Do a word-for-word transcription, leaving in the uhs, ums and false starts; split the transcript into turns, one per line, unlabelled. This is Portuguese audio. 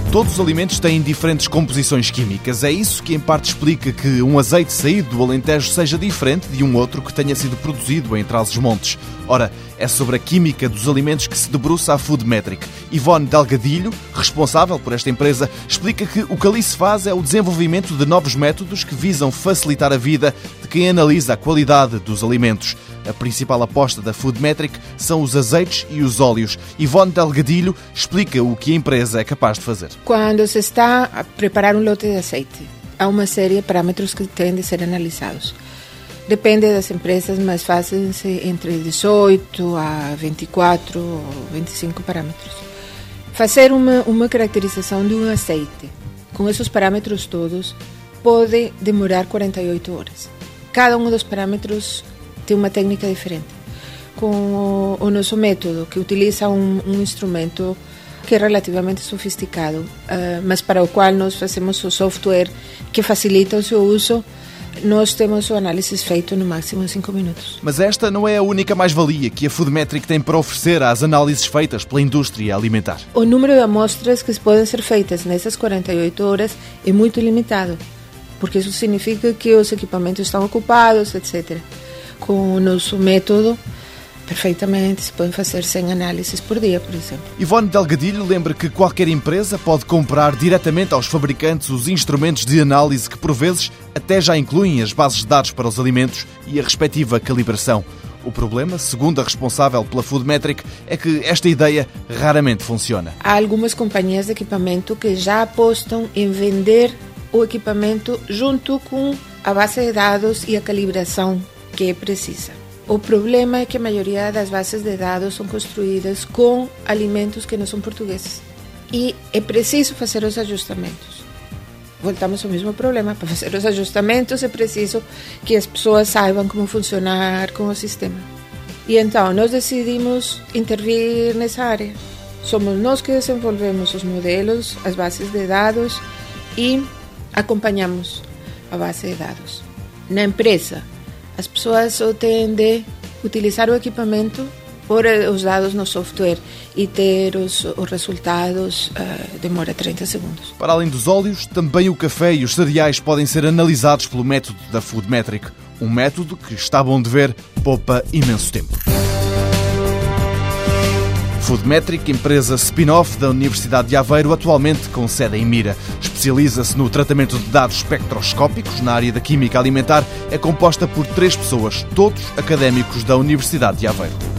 Todos os alimentos têm diferentes composições químicas. É isso que, em parte, explica que um azeite saído do Alentejo seja diferente de um outro que tenha sido produzido em Trás-os-Montes. Ora, é sobre a química dos alimentos que se debruça a Food Metric. Ivone Delgadilho, responsável por esta empresa, explica que o que ali se faz é o desenvolvimento de novos métodos que visam facilitar a vida de quem analisa a qualidade dos alimentos. A principal aposta da Food Metric são os azeites e os óleos. Ivone Delgadilho explica o que a empresa é capaz de fazer.
Quando se está a preparar um lote de azeite, há uma série de parâmetros que têm de ser analisados. Depende das empresas, mas fazem-se entre dezoito a vinte e quatro ou vinte e cinco parâmetros. Fazer uma, uma caracterização de um azeite com esses parâmetros todos pode demorar quarenta e oito horas. Cada um dos parâmetros tem uma técnica diferente. Com o, o nosso método, que utiliza um, um instrumento que é relativamente sofisticado, uh, mas para o qual nós fazemos o software que facilita o seu uso, nós temos o análise feito no máximo em cinco minutos.
Mas esta não é a única mais-valia que a Food Metric tem para oferecer às análises feitas pela indústria alimentar.
O número de amostras que podem ser feitas nessas quarenta e oito horas é muito limitado, porque isso significa que os equipamentos estão ocupados, etcétera. Com o nosso método, perfeitamente se podem fazer cem análises por dia, por exemplo.
Ivone Delgadilho lembra que qualquer empresa pode comprar diretamente aos fabricantes os instrumentos de análise que, por vezes, até já incluem as bases de dados para os alimentos e a respectiva calibração. O problema, segundo a responsável pela Food Metric, é que esta ideia raramente funciona.
Há algumas companhias de equipamento que já apostam em vender o equipamento junto com a base de dados e a calibração que precisa. O problema é que a maioria das bases de dados são construídas com alimentos que não são portugueses. E é preciso fazer os ajustamentos. Voltamos ao mesmo problema. Para fazer os ajustamentos é preciso que as pessoas saibam como funcionar com o sistema. E então nós decidimos intervir nessa área. Somos nós que desenvolvemos os modelos, as bases de dados e acompanhamos a base de dados. Na empresa, as pessoas só têm de utilizar o equipamento, pôr os dados no software e ter os, os resultados, uh, demora trinta segundos.
Para além dos óleos, também o café e os cereais podem ser analisados pelo método da Food Metric. Um método que, está bom de ver, poupa imenso tempo. Food Metric, empresa spin-off da Universidade de Aveiro, atualmente com sede em Mira. Especializa-se no tratamento de dados espectroscópicos na área da química alimentar. É composta por três pessoas, todos académicos da Universidade de Aveiro.